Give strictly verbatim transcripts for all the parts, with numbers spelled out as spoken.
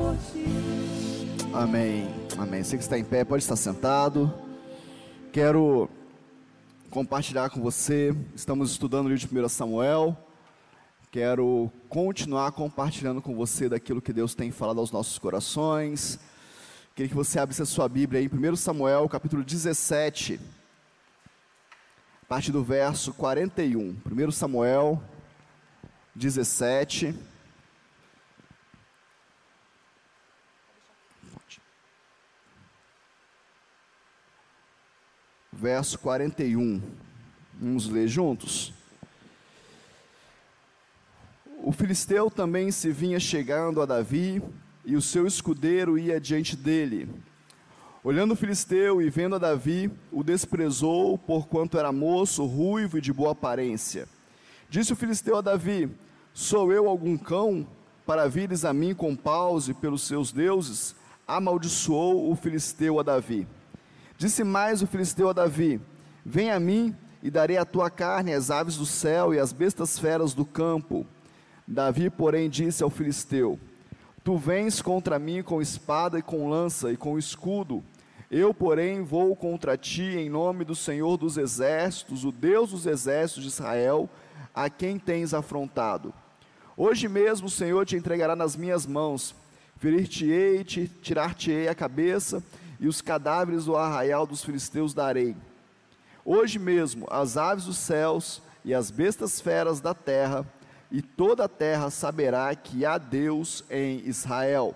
Amém, amém. Você que está em pé, pode estar sentado. Quero compartilhar com você, estamos estudando o livro de primeiro Samuel. Quero continuar compartilhando com você daquilo que Deus tem falado aos nossos corações. Queria que você abrisse a sua Bíblia aí em primeiro Samuel, capítulo dezessete, a partir do verso quarenta e um. primeiro Samuel dezessete. Verso quarenta e um, vamos ler juntos. O filisteu também se vinha chegando a Davi, e o seu escudeiro ia diante dele. Olhando o filisteu e vendo a Davi, o desprezou, porquanto era moço, ruivo e de boa aparência. Disse o filisteu a Davi: sou eu algum cão, para vires a mim com paus e pelos seus deuses? Amaldiçoou o filisteu a Davi. Disse mais o filisteu a Davi: vem a mim, e darei a tua carne às aves do céu e às bestas feras do campo. Davi, porém, disse ao filisteu: tu vens contra mim com espada e com lança e com escudo. Eu, porém, vou contra ti em nome do Senhor dos exércitos, o Deus dos exércitos de Israel, a quem tens afrontado. Hoje mesmo o Senhor te entregará nas minhas mãos, ferir-te-ei, te, tirar-te-ei a cabeça, e os cadáveres do arraial dos filisteus darei. Hoje mesmo as aves dos céus e as bestas feras da terra, e toda a terra saberá que há Deus em Israel.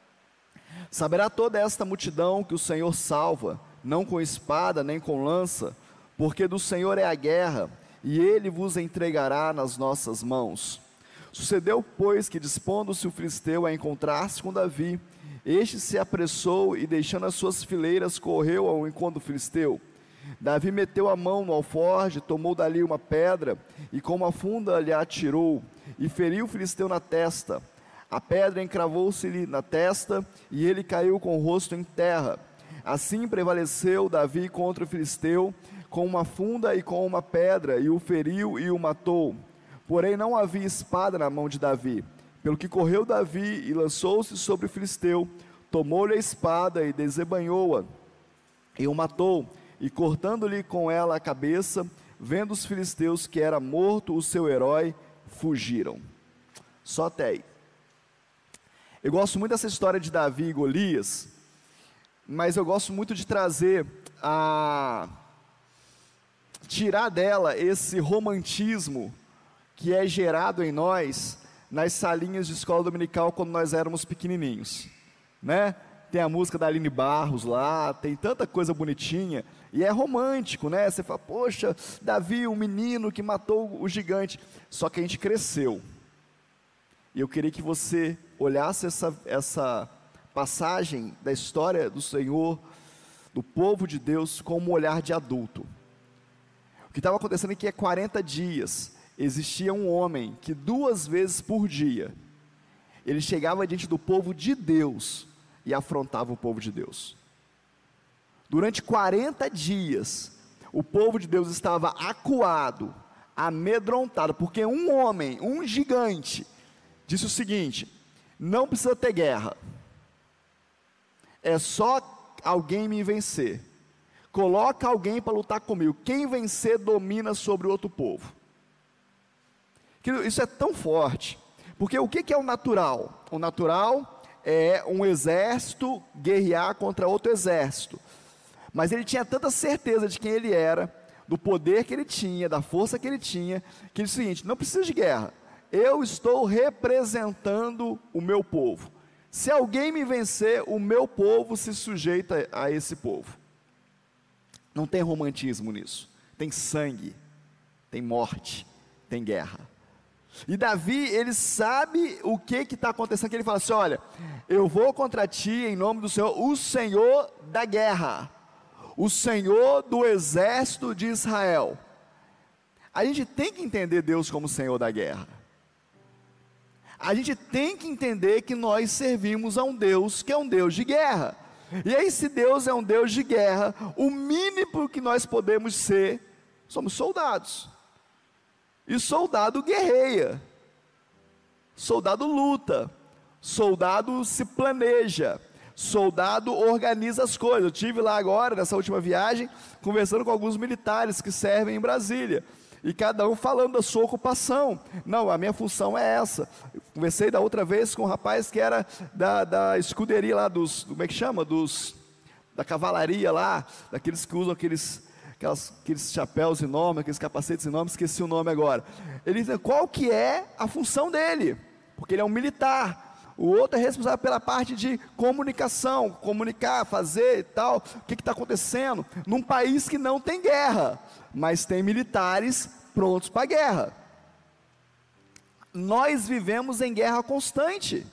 Saberá toda esta multidão que o Senhor salva, não com espada nem com lança, porque do Senhor é a guerra, e Ele vos entregará nas nossas mãos. Sucedeu, pois, que dispondo-se o filisteu a encontrar-se com Davi, este se apressou e, deixando as suas fileiras, correu ao encontro do filisteu. Davi meteu a mão no alforje, tomou dali uma pedra e com uma funda lhe atirou e feriu o filisteu na testa. A pedra encravou-se-lhe na testa e ele caiu com o rosto em terra. Assim prevaleceu Davi contra o filisteu com uma funda e com uma pedra, e o feriu e o matou. Porém não havia espada na mão de Davi. Pelo que correu Davi e lançou-se sobre o filisteu, tomou-lhe a espada e desembainhou-a, e o matou, e cortando-lhe com ela a cabeça, vendo os filisteus que era morto o seu herói, fugiram. Só até aí. Eu gosto muito dessa história de Davi e Golias, mas eu gosto muito de trazer a... tirar dela esse romantismo que é gerado em nós, nas salinhas de escola dominical quando nós éramos pequenininhos, né? Tem a música da Aline Barros lá, tem tanta coisa bonitinha, e é romântico, né? Você fala, poxa, Davi, um menino que matou o gigante, só que a gente cresceu, e eu queria que você olhasse essa, essa passagem da história do Senhor, do povo de Deus, com um olhar de adulto. O que estava acontecendo aqui é quarenta dias, existia um homem que duas vezes por dia, ele chegava diante do povo de Deus, e afrontava o povo de Deus. Durante quarenta dias, o povo de Deus estava acuado, amedrontado, porque um homem, um gigante, disse o seguinte: não precisa ter guerra, é só alguém me vencer, coloca alguém para lutar comigo, quem vencer domina sobre o outro povo. Isso é tão forte, porque o que é o natural? O natural é um exército guerrear contra outro exército, mas ele tinha tanta certeza de quem ele era, do poder que ele tinha, da força que ele tinha, que ele disse o seguinte: não precisa de guerra, eu estou representando o meu povo, se alguém me vencer, o meu povo se sujeita a esse povo. Não tem romantismo nisso, tem sangue, tem morte, tem guerra. E Davi, ele sabe o que está acontecendo, que ele fala assim: olha, eu vou contra ti em nome do Senhor, o Senhor da guerra, o Senhor do exército de Israel. A gente tem que entender Deus como Senhor da guerra, a gente tem que entender que nós servimos a um Deus que é um Deus de guerra, e aí se Deus é um Deus de guerra, o mínimo que nós podemos ser, somos soldados. E soldado guerreia, soldado luta, soldado se planeja, soldado organiza as coisas. Eu tive lá agora, nessa última viagem, conversando com alguns militares que servem em Brasília, e cada um falando da sua ocupação. Não, a minha função é essa. Eu conversei da outra vez com um rapaz que era da, da escuderia lá, dos, como é que chama? Dos, da cavalaria lá, daqueles que usam aqueles, aquelas, aqueles chapéus enormes, aqueles capacetes enormes, esqueci o nome agora. Ele diz, qual que é a função dele? Porque ele é um militar. O outro é responsável pela parte de comunicação, comunicar, fazer e tal, o que está acontecendo, num país que não tem guerra, mas tem militares prontos para a guerra. Nós vivemos em guerra constante.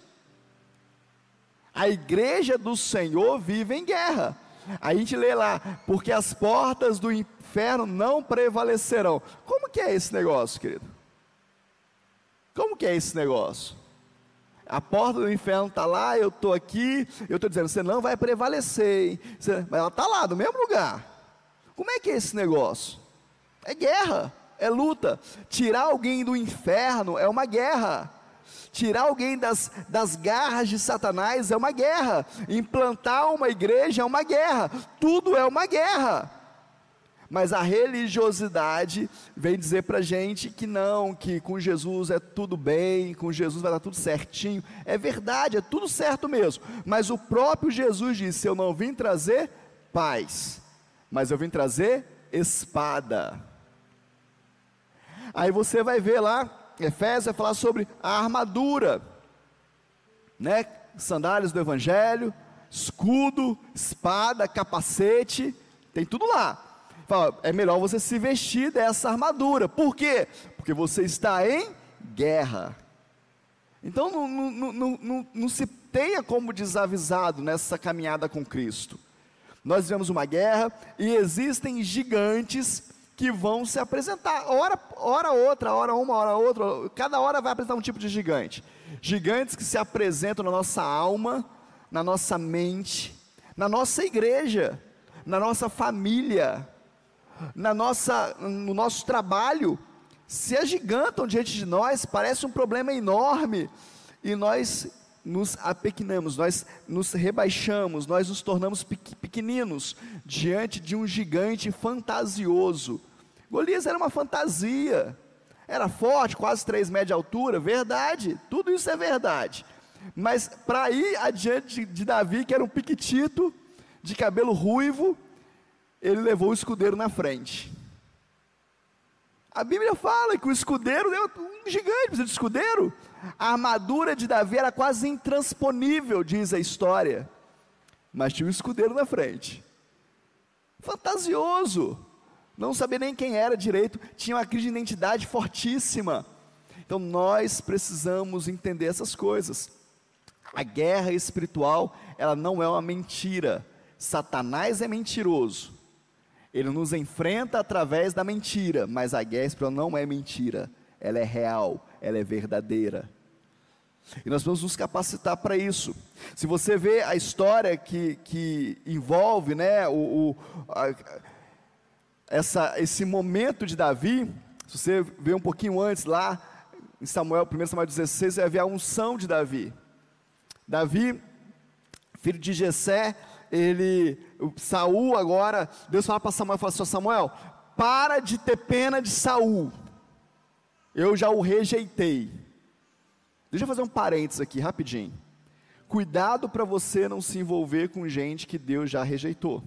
A igreja do Senhor vive em guerra. A gente lê lá, porque as portas do inferno não prevalecerão. Como que é esse negócio, querido? Como que é esse negócio? A porta do inferno está lá, eu estou aqui, eu estou dizendo, você não vai prevalecer, hein? Você, mas ela está lá, no mesmo lugar. Como é que é esse negócio? É guerra, é luta. Tirar alguém do inferno é uma guerra. Tirar alguém das, das garras de Satanás é uma guerra. Implantar uma igreja é uma guerra. Tudo é uma guerra. Mas a religiosidade vem dizer para a gente que não, que com Jesus é tudo bem, com Jesus vai dar tudo certinho. É verdade, é tudo certo mesmo. Mas o próprio Jesus disse, eu não vim trazer paz, mas eu vim trazer espada. Aí você vai ver lá, Efésios vai falar sobre a armadura, né? Sandálias do Evangelho, escudo, espada, capacete, tem tudo lá. Fala, é melhor você se vestir dessa armadura. Por quê? Porque você está em guerra. Então não, não, não, não, não se tenha como desavisado nessa caminhada com Cristo. Nós vivemos uma guerra e existem gigantes que vão se apresentar, hora, hora outra, hora uma, hora outra, cada hora vai apresentar um tipo de gigante. Gigantes que se apresentam na nossa alma, na nossa mente, na nossa igreja, na nossa família, na nossa, no nosso trabalho, se agigantam diante de nós, parece um problema enorme, e nós nos apequenamos, nós nos rebaixamos, nós nos tornamos pequeninos, diante de um gigante fantasioso. Golias era uma fantasia, era forte, quase três metros de altura, verdade, tudo isso é verdade, mas para ir adiante de, de Davi, que era um piquitito, de cabelo ruivo, ele levou o escudeiro na frente. A Bíblia fala que o escudeiro, um gigante precisa de escudeiro. A armadura de Davi era quase intransponível, diz a história, mas tinha um escudeiro na frente, fantasioso, não sabia nem quem era direito, tinha uma crise de identidade fortíssima. Então nós precisamos entender essas coisas. A guerra espiritual, ela não é uma mentira. Satanás é mentiroso, ele nos enfrenta através da mentira, mas a guerra espiritual não é mentira, ela é real, ela é verdadeira, e nós vamos nos capacitar para isso. Se você vê a história que, que envolve, né, o, o, a, essa, esse momento de Davi, se você vê um pouquinho antes lá, em Samuel, primeiro Samuel dezesseis, você vai ver a unção de Davi. Davi, filho de Jessé, ele, Saul agora, Deus fala para Samuel, fala assim, Samuel, para de ter pena de Saul, eu já o rejeitei. Deixa eu fazer um parênteses aqui, rapidinho. Cuidado para você não se envolver com gente que Deus já rejeitou.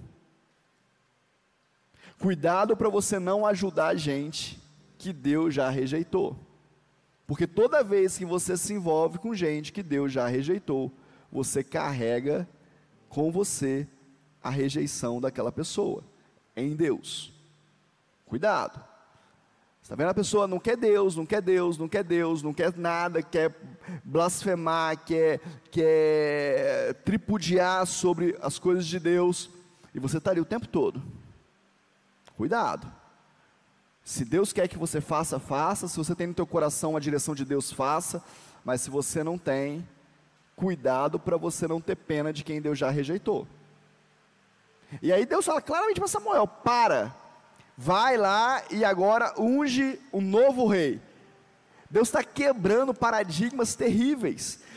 Cuidado para você não ajudar gente que Deus já rejeitou. Porque toda vez que você se envolve com gente que Deus já rejeitou, você carrega com você a rejeição daquela pessoa em Deus. Cuidado. Você está vendo, a pessoa não quer Deus, não quer Deus, não quer Deus, não quer nada, quer blasfemar, quer, quer tripudiar sobre as coisas de Deus, e você está ali o tempo todo. Cuidado. Se Deus quer que você faça, faça. Se você tem no teu coração a direção de Deus, faça. Mas se você não tem, cuidado para você não ter pena de quem Deus já rejeitou. E aí Deus fala claramente para Samuel, para, vai lá e agora unge um novo rei. Deus está quebrando paradigmas terríveis.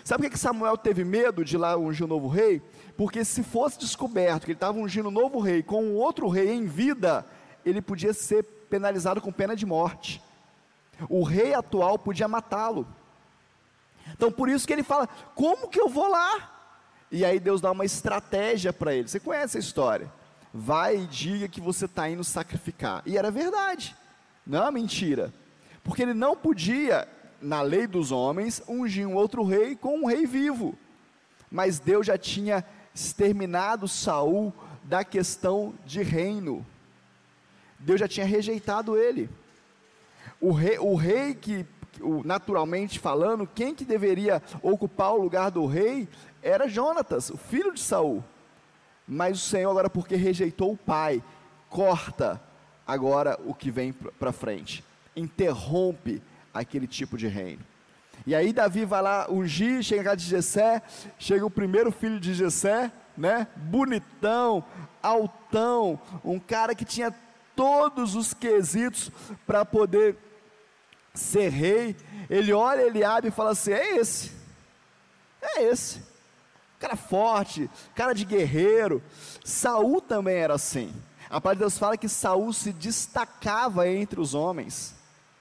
Sabe por que que Samuel teve medo de ir lá ungir o novo rei? Porque se fosse descoberto que ele estava ungindo o novo rei com um outro rei em vida, ele podia ser penalizado com pena de morte. O rei atual podia matá-lo. Então por isso que ele fala, como que eu vou lá? E aí Deus dá uma estratégia para ele. Você conhece a história? Vai e diga que você está indo sacrificar. E era verdade, não é uma mentira. Porque ele não podia, na lei dos homens, ungir um outro rei com um rei vivo. Mas Deus já tinha exterminado Saul da questão de reino. Deus já tinha rejeitado ele. O rei, o rei que, naturalmente falando, quem que deveria ocupar o lugar do rei era Jonatas, o filho de Saul. Mas o Senhor agora, porque rejeitou o pai, corta agora o que vem para frente, interrompe aquele tipo de reino. E aí Davi vai lá ungir, chega a casa de Jessé, chega o primeiro filho de Jessé, né, bonitão, altão, um cara que tinha todos os quesitos para poder ser rei. Ele olha Eliabe e fala assim, é esse, é esse, cara forte, cara de guerreiro. Saul também era assim. A palavra de Deus fala que Saul se destacava entre os homens.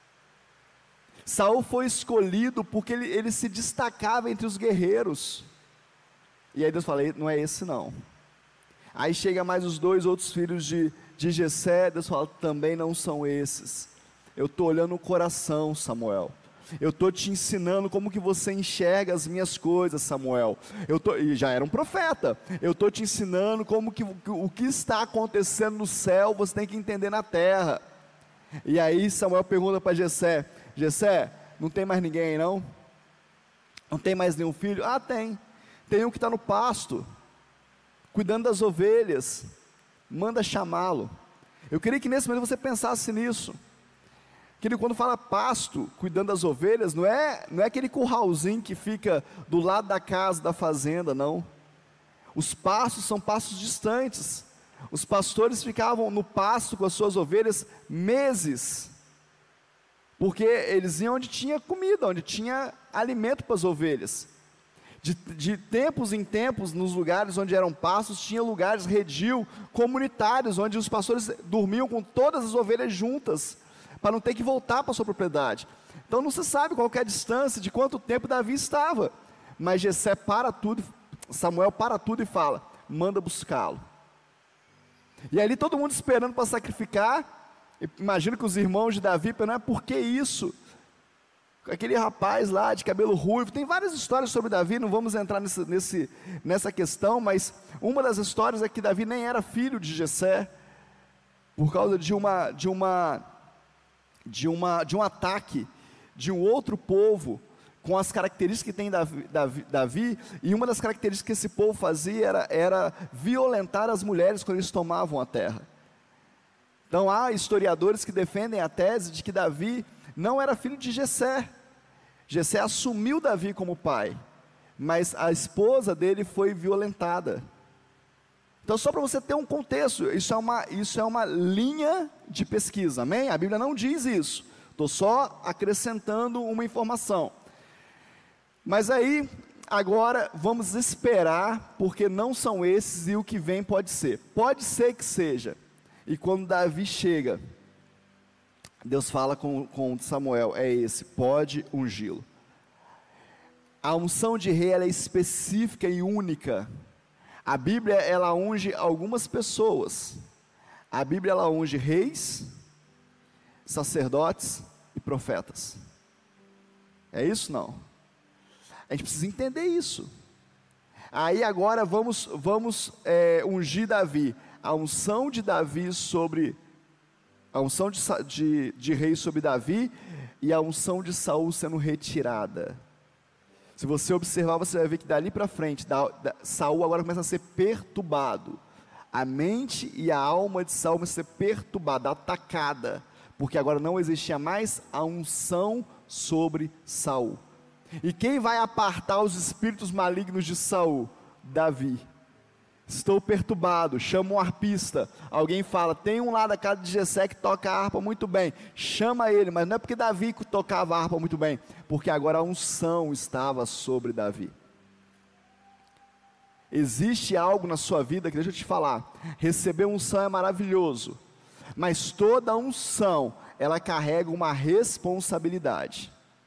Saul foi escolhido porque ele, ele se destacava entre os guerreiros. E aí Deus fala, não é esse não. Aí chega mais os dois outros filhos de, de Jessé, Deus fala, também não são esses. Eu estou olhando o coração, Samuel. Eu estou te ensinando como que você enxerga as minhas coisas, Samuel. Eu tô, e já era um profeta. Eu estou te ensinando como que o que está acontecendo no céu, você tem que entender na terra. E aí Samuel pergunta para Jessé, Jessé, não tem mais ninguém aí não? Não tem mais nenhum filho? Ah, tem. Tem um que está no pasto, cuidando das ovelhas. Manda chamá-lo. Eu queria que nesse momento você pensasse nisso. Que ele, quando fala pasto, cuidando das ovelhas, não é, não é aquele curralzinho que fica do lado da casa, da fazenda, não. Os pastos são pastos distantes. Os pastores ficavam no pasto com as suas ovelhas meses, porque eles iam onde tinha comida, onde tinha alimento para as ovelhas. De, de tempos em tempos, nos lugares onde eram pastos, tinha lugares redil comunitários, onde os pastores dormiam com todas as ovelhas juntas, para não ter que voltar para a sua propriedade. Então não se sabe qual que é a distância, de quanto tempo Davi estava. Mas Jessé para tudo, Samuel para tudo e fala, manda buscá-lo. E ali todo mundo esperando para sacrificar. Imagino que os irmãos de Davi perguntam, por que isso? Aquele rapaz lá de cabelo ruivo, tem várias histórias sobre Davi, não vamos entrar nesse, nesse, nessa questão, mas uma das histórias é que Davi nem era filho de Jessé, por causa de uma, de uma, de uma, de um ataque de um outro povo, com as características que tem Davi, Davi, Davi, e uma das características que esse povo fazia era, era violentar as mulheres quando eles tomavam a terra. Então há historiadores que defendem a tese de que Davi não era filho de Jessé. Jessé assumiu Davi como pai, mas a esposa dele foi violentada. Então só para você ter um contexto, isso é uma, isso é uma linha de pesquisa, amém? A Bíblia não diz isso, estou só acrescentando uma informação. Mas aí, agora vamos esperar, porque não são esses e o que vem pode ser. Pode ser que seja. E quando Davi chega, Deus fala com, com Samuel, é esse, pode ungí-lo. A unção de rei ela é específica e única. A Bíblia ela unge algumas pessoas. A Bíblia ela unge reis, sacerdotes e profetas. É isso não? A gente precisa entender isso. Aí agora vamos, vamos é, ungir Davi. A unção de Davi sobre, a unção de, de, de rei sobre Davi, e a unção de Saul sendo retirada. Se você observar, você vai ver que dali para frente, da, da, Saul agora começa a ser perturbado. A mente e a alma de Saul começam a ser perturbada, atacada, porque agora não existia mais a unção sobre Saul. E quem vai apartar os espíritos malignos de Saul? Davi. Estou perturbado, chama um arpista. Alguém fala, tem um lá da casa de Jessé que toca a harpa muito bem, chama ele. Mas não é porque Davi tocava a harpa muito bem, porque agora a unção estava sobre Davi. Existe algo na sua vida que, deixa eu te falar, receber unção é maravilhoso, mas toda unção, ela carrega uma responsabilidade.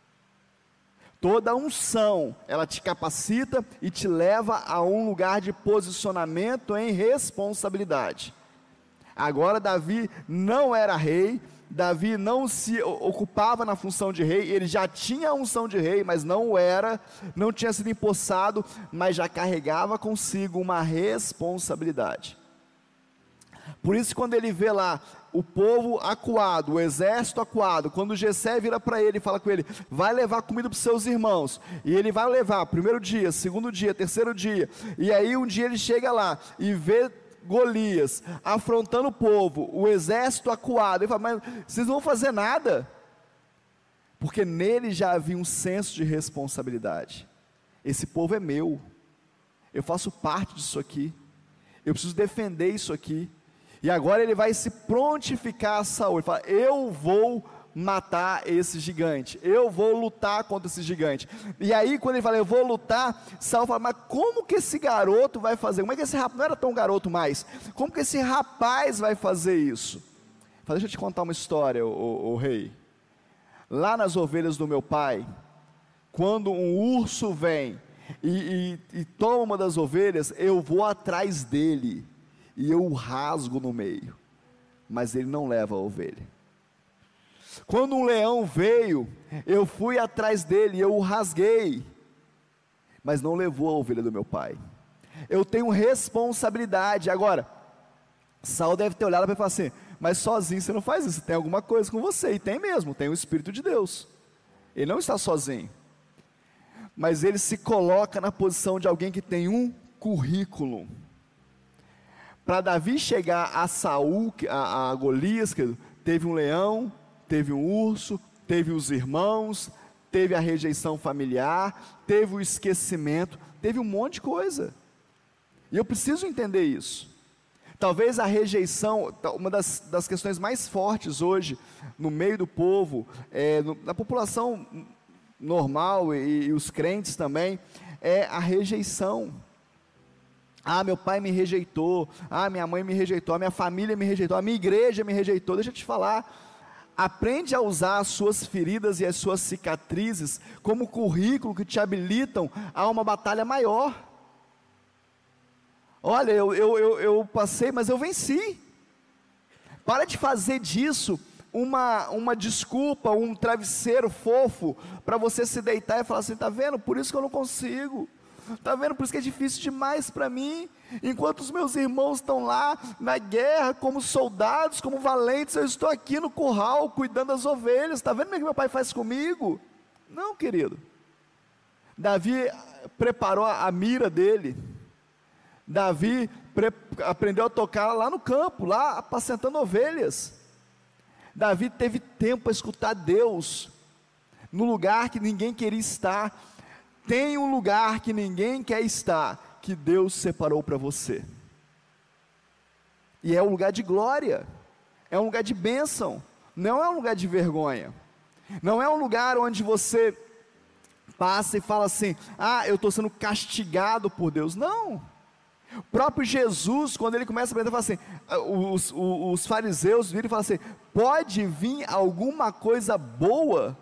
Toda unção, ela te capacita e te leva a um lugar de posicionamento em responsabilidade. Agora Davi não era rei, Davi não se ocupava na função de rei, ele já tinha a unção de rei, mas não era, não tinha sido empossado, mas já carregava consigo uma responsabilidade. Por isso, quando ele vê lá o povo acuado, o exército acuado, quando Jessé vira para ele e fala com ele, vai levar comida para os seus irmãos, e ele vai levar, primeiro dia, segundo dia, terceiro dia, e aí um dia ele chega lá, e vê Golias, afrontando o povo, o exército acuado, ele fala, mas vocês não vão fazer nada, porque nele já havia um senso de responsabilidade, esse povo é meu, eu faço parte disso aqui, eu preciso defender isso aqui, e agora ele vai se prontificar a Saul, ele fala, eu vou matar esse gigante, eu vou lutar contra esse gigante, e aí quando ele fala, eu vou lutar, Saul fala, mas como que esse garoto vai fazer, como é que esse rapaz, não era tão garoto mais, como que esse rapaz vai fazer isso? Fala, deixa eu te contar uma história, o, o, o rei, lá nas ovelhas do meu pai, quando um urso vem, e, e, e toma uma das ovelhas, eu vou atrás dele, e eu o rasgo no meio, mas ele não leva a ovelha. Quando um leão veio, eu fui atrás dele, e eu o rasguei, mas não levou a ovelha do meu pai. Eu tenho responsabilidade. Agora, Saul deve ter olhado para ele e falar assim, mas sozinho você não faz isso, tem alguma coisa com você, e tem mesmo, tem o Espírito de Deus, ele não está sozinho, mas ele se coloca na posição de alguém que tem um currículo. Para Davi chegar a Saul, a, a Golias, teve um leão, teve um urso, teve os irmãos, teve a rejeição familiar, teve o esquecimento, teve um monte de coisa, e eu preciso entender isso. Talvez a rejeição, uma das, das questões mais fortes hoje, no meio do povo, é, no, na população normal, e, e os crentes também, é a rejeição. Ah, meu pai me rejeitou, ah, minha mãe me rejeitou, a minha família me rejeitou, a minha igreja me rejeitou. Deixa eu te falar, aprende a usar as suas feridas e as suas cicatrizes como currículo que te habilitam a uma batalha maior. Olha, eu, eu, eu, eu passei, mas eu venci. Para de fazer disso uma, uma desculpa, um travesseiro fofo, para você se deitar e falar assim, está vendo, por isso que eu não consigo. Está vendo, por isso que é difícil demais para mim, enquanto os meus irmãos estão lá na guerra, como soldados, como valentes, eu estou aqui no curral, cuidando das ovelhas, está vendo o que meu pai faz comigo? Não, querido, Davi preparou a, a mira dele, Davi pre, aprendeu a tocar lá no campo, lá apacentando ovelhas, Davi teve tempo para escutar Deus, no lugar que ninguém queria estar. Tem um lugar que ninguém quer estar, que Deus separou para você, e é um lugar de glória, é um lugar de bênção, não é um lugar de vergonha, não é um lugar onde você passa e fala assim, ah, eu estou sendo castigado por Deus, não, o próprio Jesus, quando ele começa a aprender, fala assim, os, os, os fariseus viram e falam assim, pode vir alguma coisa boa,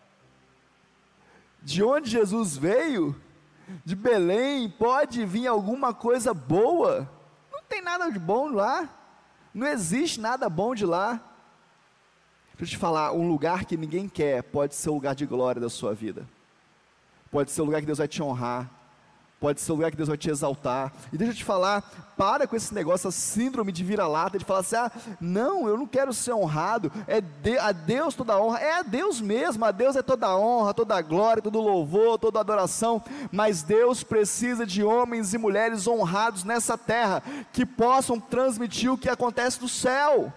de onde Jesus veio, de Belém, pode vir alguma coisa boa? Não tem nada de bom lá, não existe nada bom de lá. Deixa eu te falar, um lugar que ninguém quer, pode ser o lugar de glória da sua vida, pode ser o lugar que Deus vai te honrar, pode ser o lugar que Deus vai te exaltar. E deixa eu te falar, para com esse negócio, a síndrome de vira-lata, de falar assim, ah, não, eu não quero ser honrado, é de, a Deus toda a honra, é a Deus mesmo, a Deus é toda a honra, toda a glória, todo o louvor, toda a adoração, mas Deus precisa de homens e mulheres honrados nessa terra, que possam transmitir o que acontece no céu.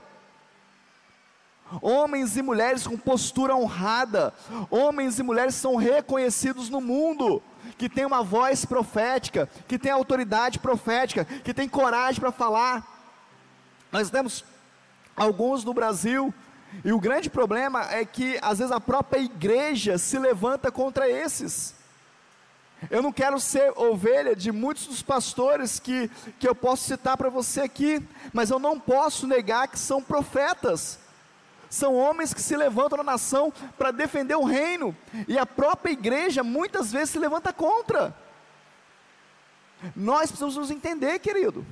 Homens e mulheres com postura honrada, homens e mulheres que são reconhecidos no mundo, que tem uma voz profética, que tem autoridade profética, que tem coragem para falar. Nós temos alguns no Brasil, e o grande problema é que às vezes a própria igreja se levanta contra esses. Eu não quero ser ovelha de muitos dos pastores que, que eu posso citar para você aqui, mas eu não posso negar que são profetas, são homens que se levantam na nação para defender o reino, e a própria igreja muitas vezes se levanta contra. Nós precisamos nos entender, querido.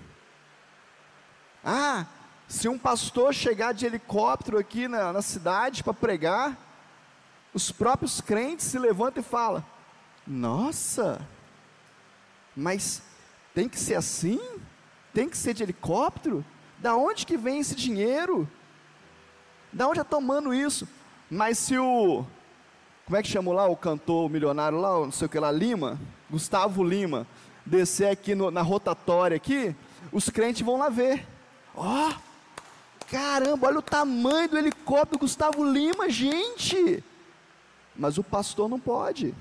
Ah, se um pastor chegar de helicóptero aqui na, na cidade para pregar, os próprios crentes se levantam e falam: nossa, mas tem que ser assim? Tem que ser de helicóptero? Da onde que vem esse dinheiro? Da onde está tomando isso? Mas se o, como é que chamou lá o cantor milionário lá, não sei o que lá, Lima, Gustavo Lima, descer aqui no, na rotatória aqui, os crentes vão lá ver. Ó, oh, caramba, olha o tamanho do helicóptero do Gustavo Lima, gente. Mas o pastor não pode.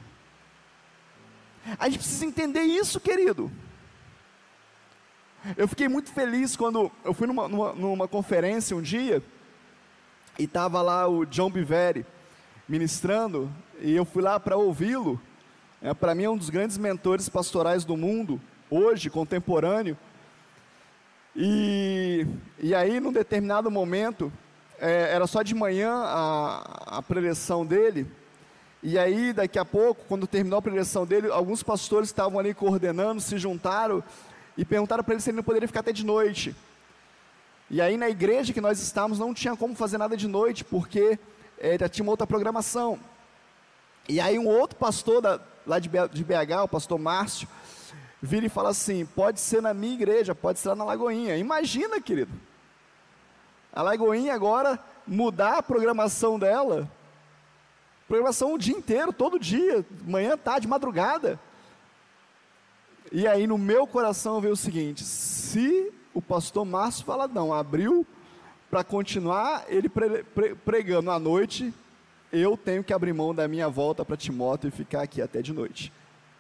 A gente precisa entender isso, querido. Eu fiquei muito feliz quando eu fui numa, numa, numa conferência um dia, e estava lá o John Bevere ministrando, e eu fui lá para ouvi-lo. É, para mim é um dos grandes mentores pastorais do mundo, hoje, contemporâneo. E, e aí, num determinado momento, é, era só de manhã a, a preleção dele. E aí, daqui a pouco, quando terminou a preleção dele, alguns pastores estavam ali coordenando, se juntaram e perguntaram para ele se ele não poderia ficar até de noite. E aí, na igreja que nós estávamos, não tinha como fazer nada de noite, porque é, já tinha uma outra programação. E aí, um outro pastor da, lá de, de B H, o pastor Márcio, vira e fala assim: pode ser na minha igreja, pode ser lá na Lagoinha. Imagina, querido, a Lagoinha agora mudar a programação dela. Programação o dia inteiro, todo dia, manhã, tarde, madrugada. E aí no meu coração veio o seguinte: se o pastor Márcio Valadão abriu para continuar ele pre, pre, pregando à noite, eu tenho que abrir mão da minha volta para Timóteo e ficar aqui até de noite.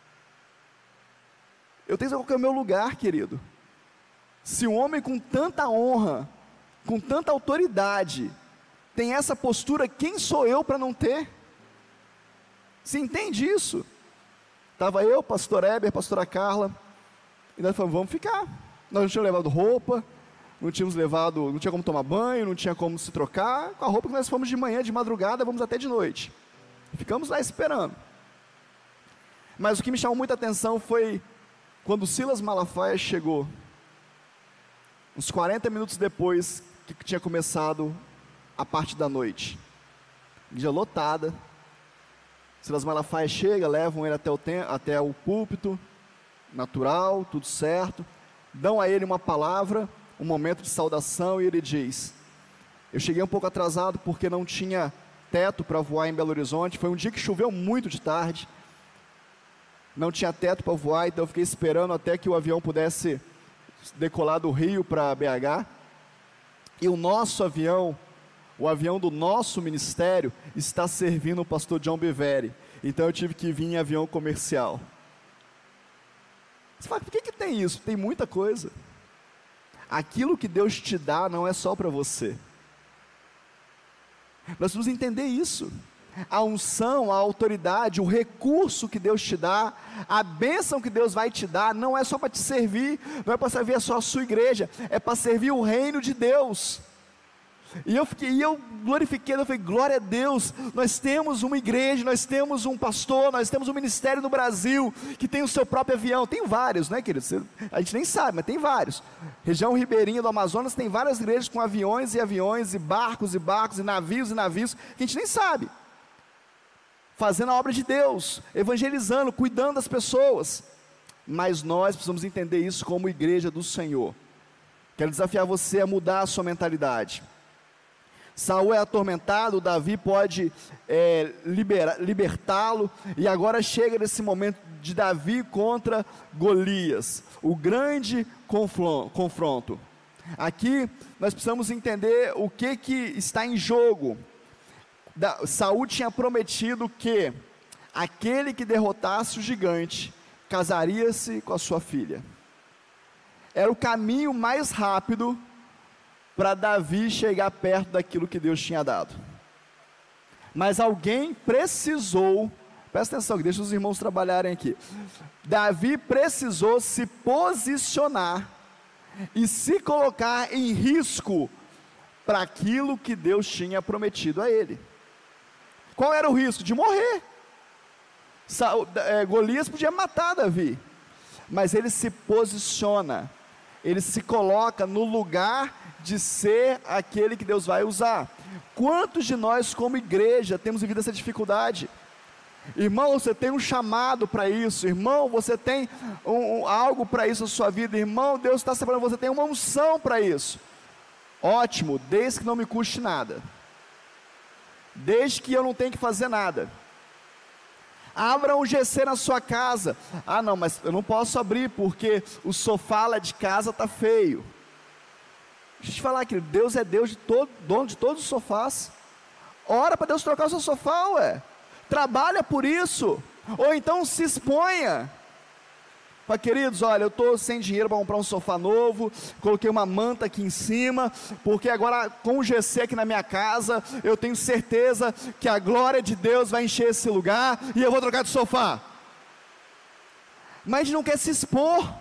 Eu tenho que colocar o meu lugar, querido. Se um homem com tanta honra, com tanta autoridade, tem essa postura, quem sou eu para não ter? Você entende isso? Estava eu, pastor Heber, pastora Carla, e nós falamos: vamos ficar. Nós não tínhamos levado roupa, não tínhamos levado, não tinha como tomar banho, não tinha como se trocar. Com a roupa que nós fomos de manhã, de madrugada, vamos até de noite. Ficamos lá esperando. Mas o que me chamou muita atenção foi quando Silas Malafaia chegou, uns quarenta minutos depois que tinha começado a parte da noite. Igreja lotada. Silas Malafaia chega, levam ele até o, tem, até o púlpito, natural, tudo certo, dão a ele uma palavra, um momento de saudação, e ele diz: eu cheguei um pouco atrasado porque não tinha teto para voar em Belo Horizonte, foi um dia que choveu muito de tarde, não tinha teto para voar, então eu fiquei esperando até que o avião pudesse decolar do Rio para B H, e o nosso avião, o avião do nosso ministério, está servindo o pastor John Bevere, então eu tive que vir em avião comercial. Você fala: por que que tem isso? Tem muita coisa. Aquilo que Deus te dá não é só para você. Nós precisamos entender isso. A unção, a autoridade, o recurso que Deus te dá, a bênção que Deus vai te dar, não é só para te servir, não é para servir só a sua igreja, é para servir o reino de Deus. E eu, fiquei, e eu glorifiquei, eu falei: glória a Deus, nós temos uma igreja, nós temos um pastor, nós temos um ministério no Brasil, que tem o seu próprio avião. Tem vários, né, querido? A gente nem sabe, mas tem vários. Região ribeirinha do Amazonas tem várias igrejas com aviões e aviões, e barcos e barcos, e navios e navios, que a gente nem sabe. Fazendo a obra de Deus, evangelizando, cuidando das pessoas. Mas nós precisamos entender isso como igreja do Senhor. Quero desafiar você a mudar a sua mentalidade. Saul é atormentado, Davi pode é, libertá-lo, e agora chega nesse momento de Davi contra Golias, o grande confronto. Aqui nós precisamos entender o que, que está em jogo. Da, Saul tinha prometido que aquele que derrotasse o gigante casaria-se com a sua filha. Era o caminho mais rápido para Davi chegar perto daquilo que Deus tinha dado. Mas alguém precisou, presta atenção, deixa os irmãos trabalharem aqui. Davi precisou se posicionar e se colocar em risco para aquilo que Deus tinha prometido a ele. Qual era o risco? De morrer. Saul, é, Golias podia matar Davi, mas ele se posiciona, ele se coloca no lugar de ser aquele que Deus vai usar. Quantos de nós como igreja temos vivido essa dificuldade? Irmão, você tem um chamado para isso, irmão, você tem um, um, algo para isso na sua vida, irmão, Deus está separando, você tem uma unção para isso. Ótimo, desde que não me custe nada, desde que eu não tenha que fazer nada. Abra um G C na sua casa. Ah não, mas eu não posso abrir porque o sofá lá de casa está feio. Deixa eu te falar, querido, Deus é Deus de todo, dono de todos os sofás. Ora para Deus trocar o seu sofá, ué. Trabalha por isso, ou então se exponha. Fala, queridos, olha, eu estou sem dinheiro para comprar um sofá novo, coloquei uma manta aqui em cima, porque agora com o G C aqui na minha casa, eu tenho certeza que a glória de Deus vai encher esse lugar, e eu vou trocar de sofá. Mas a gente não quer se expor,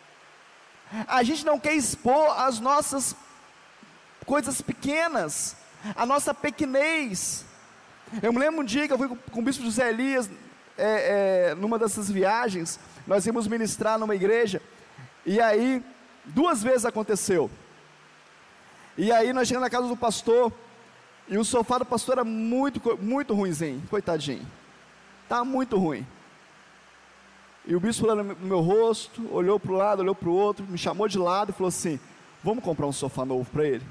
a gente não quer expor as nossas coisas pequenas, a nossa pequenez. Eu me lembro um dia que eu fui com, com o bispo José Elias, é, é, numa dessas viagens, nós íamos ministrar numa igreja, e aí, duas vezes aconteceu, e aí nós chegamos na casa do pastor, e o sofá do pastor era muito, muito ruinzinho, coitadinho, estava muito ruim, e o bispo olhou no meu rosto, olhou para o lado, olhou para o outro, me chamou de lado e falou assim, vamos comprar um sofá novo para ele?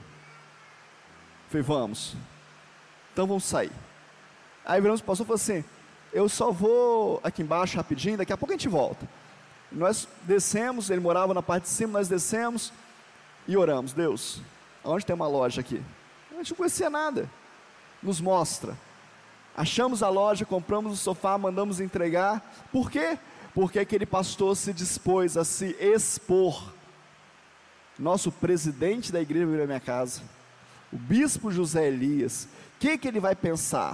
Eu falei, vamos, então vamos sair. Aí viramos para o pastor e falou assim, eu só vou aqui embaixo rapidinho, daqui a pouco a gente volta. Nós descemos, ele morava na parte de cima, nós descemos e oramos, Deus, onde tem uma loja aqui? A gente não conhecia nada, nos mostra. Achamos a loja, compramos o sofá, mandamos entregar. Por quê? Porque aquele pastor se dispôs a se expor. Nosso presidente da igreja veio à minha casa, o bispo José Elias, o que que ele vai pensar?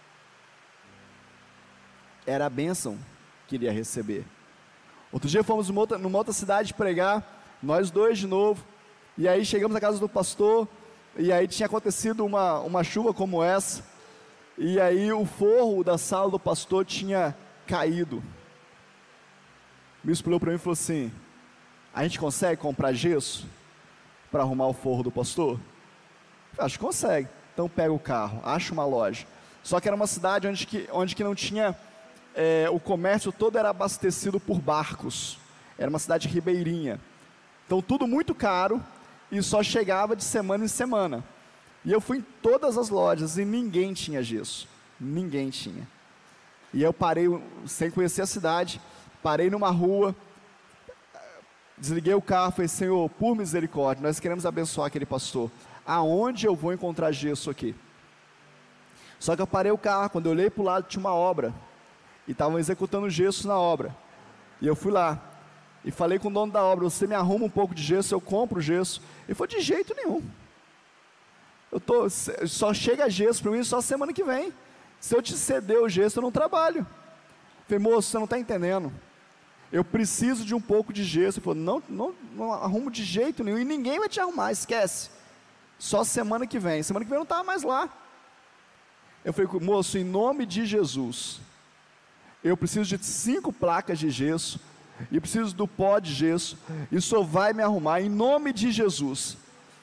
Era a bênção que ele ia receber. Outro dia fomos numa outra, numa outra cidade pregar, nós dois de novo, e aí chegamos na casa do pastor, e aí tinha acontecido uma, uma chuva como essa, e aí o forro da sala do pastor tinha caído. O bispo olhou para mim e falou assim, a gente consegue comprar gesso para arrumar o forro do pastor? Eu falei, acho que consegue. Então pega o carro, acha uma loja. Só que era uma cidade onde que, onde que não tinha... É, o comércio todo era abastecido por barcos, era uma cidade ribeirinha, então tudo muito caro, e só chegava de semana em semana, e eu fui em todas as lojas, e ninguém tinha gesso, ninguém tinha, e eu parei, sem conhecer a cidade, parei numa rua, desliguei o carro, falei, Senhor, por misericórdia, nós queremos abençoar aquele pastor, aonde eu vou encontrar gesso aqui? Só que eu parei o carro, quando eu olhei para o lado tinha uma obra, e estavam executando gesso na obra, e eu fui lá, e falei com o dono da obra, você me arruma um pouco de gesso, eu compro o gesso, ele falou, de jeito nenhum, eu tô, só chega gesso para mim só semana que vem, se eu te ceder o gesso eu não trabalho. Eu falei, moço, você não está entendendo, eu preciso de um pouco de gesso. Ele falou, não, não, não arrumo de jeito nenhum, e ninguém vai te arrumar, esquece, só semana que vem, semana que vem eu não estava mais lá. Eu falei, moço, em nome de Jesus, eu preciso de cinco placas de gesso, e preciso do pó de gesso, e o senhor vai me arrumar, em nome de Jesus.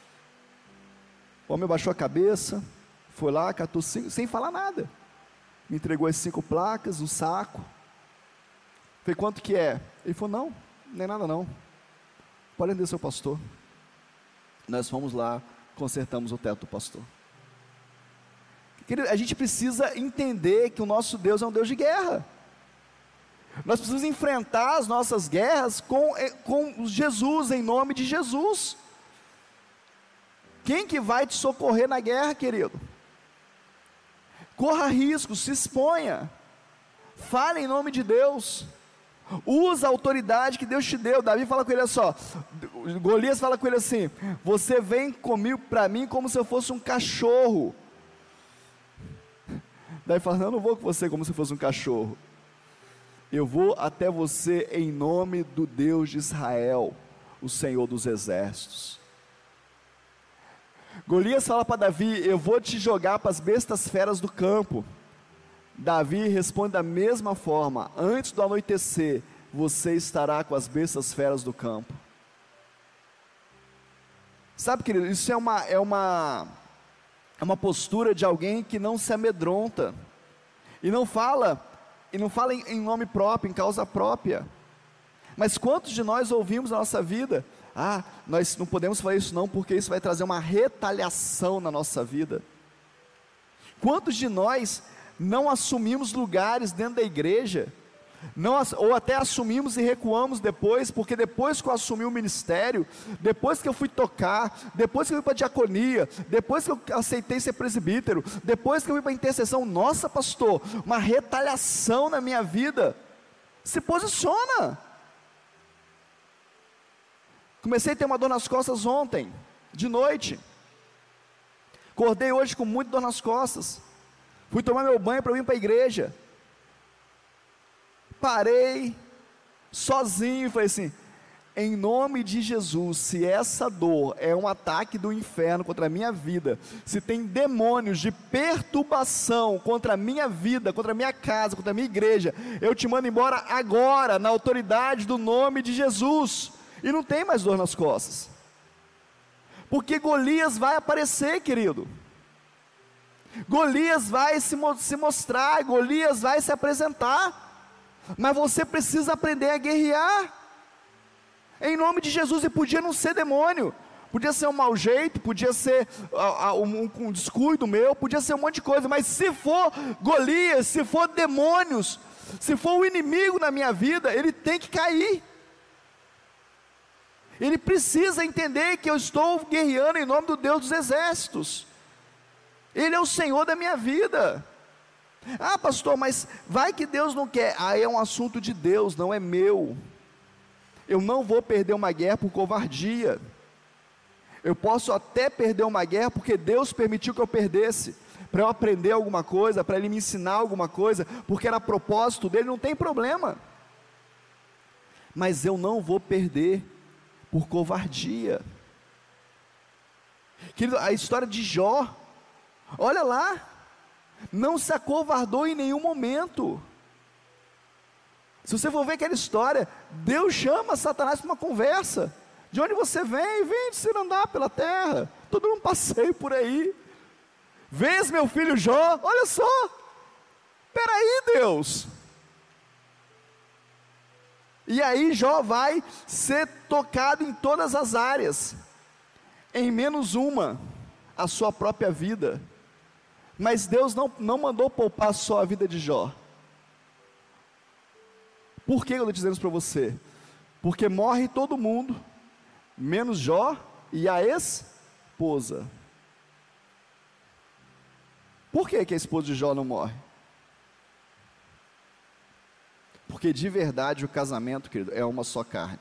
O homem baixou a cabeça, foi lá, catou cinco, sem falar nada, me entregou as cinco placas, um saco. Falei, quanto que é? Ele falou, não, não é nada não, pode atender seu pastor. Nós fomos lá, consertamos o teto do pastor. Querido, a gente precisa entender que o nosso Deus é um Deus de guerra. Nós precisamos enfrentar as nossas guerras com, com Jesus, em nome de Jesus. Quem que vai te socorrer na guerra, querido? Corra risco, se exponha, fale em nome de Deus. Usa a autoridade que Deus te deu. Davi fala com ele, olha só, Golias fala com ele assim: você vem comigo para mim como se eu fosse um cachorro. Davi fala, não, eu não vou com você como se fosse um cachorro, eu vou até você em nome do Deus de Israel, o Senhor dos exércitos. Golias fala para Davi, eu vou te jogar para as bestas feras do campo. Davi responde da mesma forma, antes do anoitecer, você estará com as bestas feras do campo. Sabe, querido, isso é uma, é uma, é uma postura de alguém que não se amedronta, e não fala, e não fala em, em nome próprio, em causa própria. Mas quantos de nós ouvimos na nossa vida, ah, nós não podemos fazer isso não, porque isso vai trazer uma retaliação na nossa vida. Quantos de nós não assumimos lugares dentro da igreja, não, ou até assumimos e recuamos depois, porque depois que eu assumi o ministério, depois que eu fui tocar, depois que eu fui para a diaconia, depois que eu aceitei ser presbítero, depois que eu fui para a intercessão, nossa pastor, uma retaliação na minha vida. Se posiciona. Comecei a ter uma dor nas costas ontem, de noite, acordei hoje com muita dor nas costas, fui tomar meu banho para vir para a igreja, parei, sozinho, e falei assim, em nome de Jesus, se essa dor é um ataque do inferno contra a minha vida, se tem demônios de perturbação contra a minha vida, contra a minha casa, contra a minha igreja, eu te mando embora agora, na autoridade do nome de Jesus, e não tem mais dor nas costas, porque Golias vai aparecer, querido, Golias vai se, se mostrar, Golias vai se apresentar, mas você precisa aprender a guerrear, em nome de Jesus. E podia não ser demônio, podia ser um mau jeito, podia ser uh, uh, um, um descuido meu, podia ser um monte de coisa, mas se for Golias, se for demônios, se for o inimigo na minha vida, ele tem que cair, ele precisa entender que eu estou guerreando em nome do Deus dos exércitos, Ele é o Senhor da minha vida. Ah pastor, mas vai que Deus não quer, aí é um assunto de Deus, não é meu. Eu não vou perder uma guerra por covardia, eu posso até perder uma guerra porque Deus permitiu que eu perdesse, para eu aprender alguma coisa, para Ele me ensinar alguma coisa, porque era propósito dEle, não tem problema, mas eu não vou perder por covardia. Querido, a história de Jó, olha lá, não se acovardou em nenhum momento. Se você for ver aquela história, Deus chama Satanás para uma conversa. De onde você vem? Vem de se andar pela terra, todo mundo passeio por aí. Vês meu filho Jó? Olha só, peraí Deus. E aí Jó vai ser tocado em todas as áreas, em menos uma, a sua própria vida. Mas Deus não, não mandou poupar só a vida de Jó. Por que eu estou dizendo isso para você? Porque morre todo mundo, menos Jó e a esposa. Por que, que a esposa de Jó não morre? Porque de verdade o casamento, querido, é uma só carne.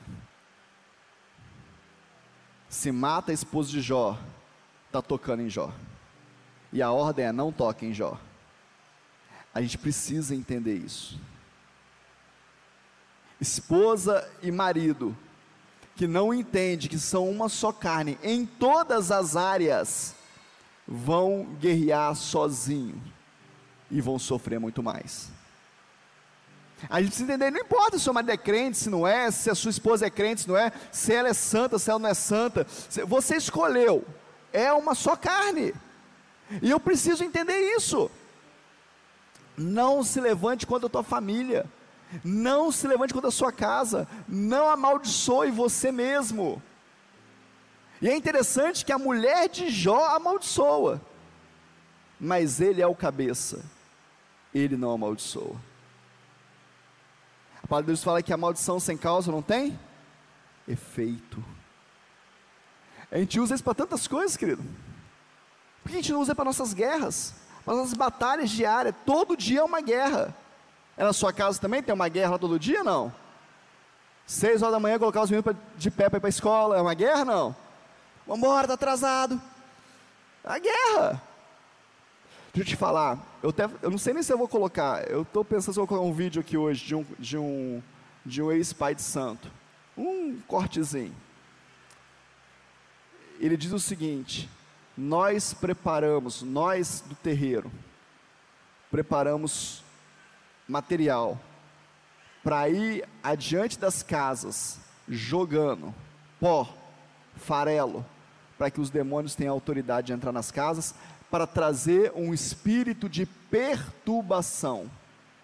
Se mata a esposa de Jó, está tocando em Jó. E a ordem é: não toque em Jó. A gente precisa entender isso. Esposa e marido que não entende que são uma só carne em todas as áreas, vão guerrear sozinho e vão sofrer muito mais. A gente precisa entender, não importa se o seu marido é crente, se não é, se a sua esposa é crente, se não é, se ela é santa, se ela não é santa, você escolheu, é uma só carne, e eu preciso entender isso. Não se levante contra a tua família, não se levante contra a sua casa, não amaldiçoe você mesmo. E é interessante que a mulher de Jó amaldiçoa, mas ele é o cabeça, ele não amaldiçoa. A palavra de Deus fala que a maldição sem causa não tem efeito. A gente usa isso para tantas coisas, querido. Por que a gente não usa para nossas guerras, para nossas batalhas diárias? Todo dia é uma guerra. É na sua casa também tem uma guerra todo dia? Não. Seis horas da manhã, colocar os meninos pra, de pé para ir para a escola. É uma guerra, não? Vamos embora, está atrasado. É uma guerra. Deixa eu te falar, eu, até, eu não sei nem se eu vou colocar, eu estou pensando se eu vou colocar um vídeo aqui hoje de um, de um, de um ex-pai de santo, um cortezinho. Ele diz o seguinte: nós preparamos, nós do terreiro, preparamos material para ir adiante das casas, jogando pó, farelo, para que os demônios tenham autoridade de entrar nas casas, para trazer um espírito de perturbação.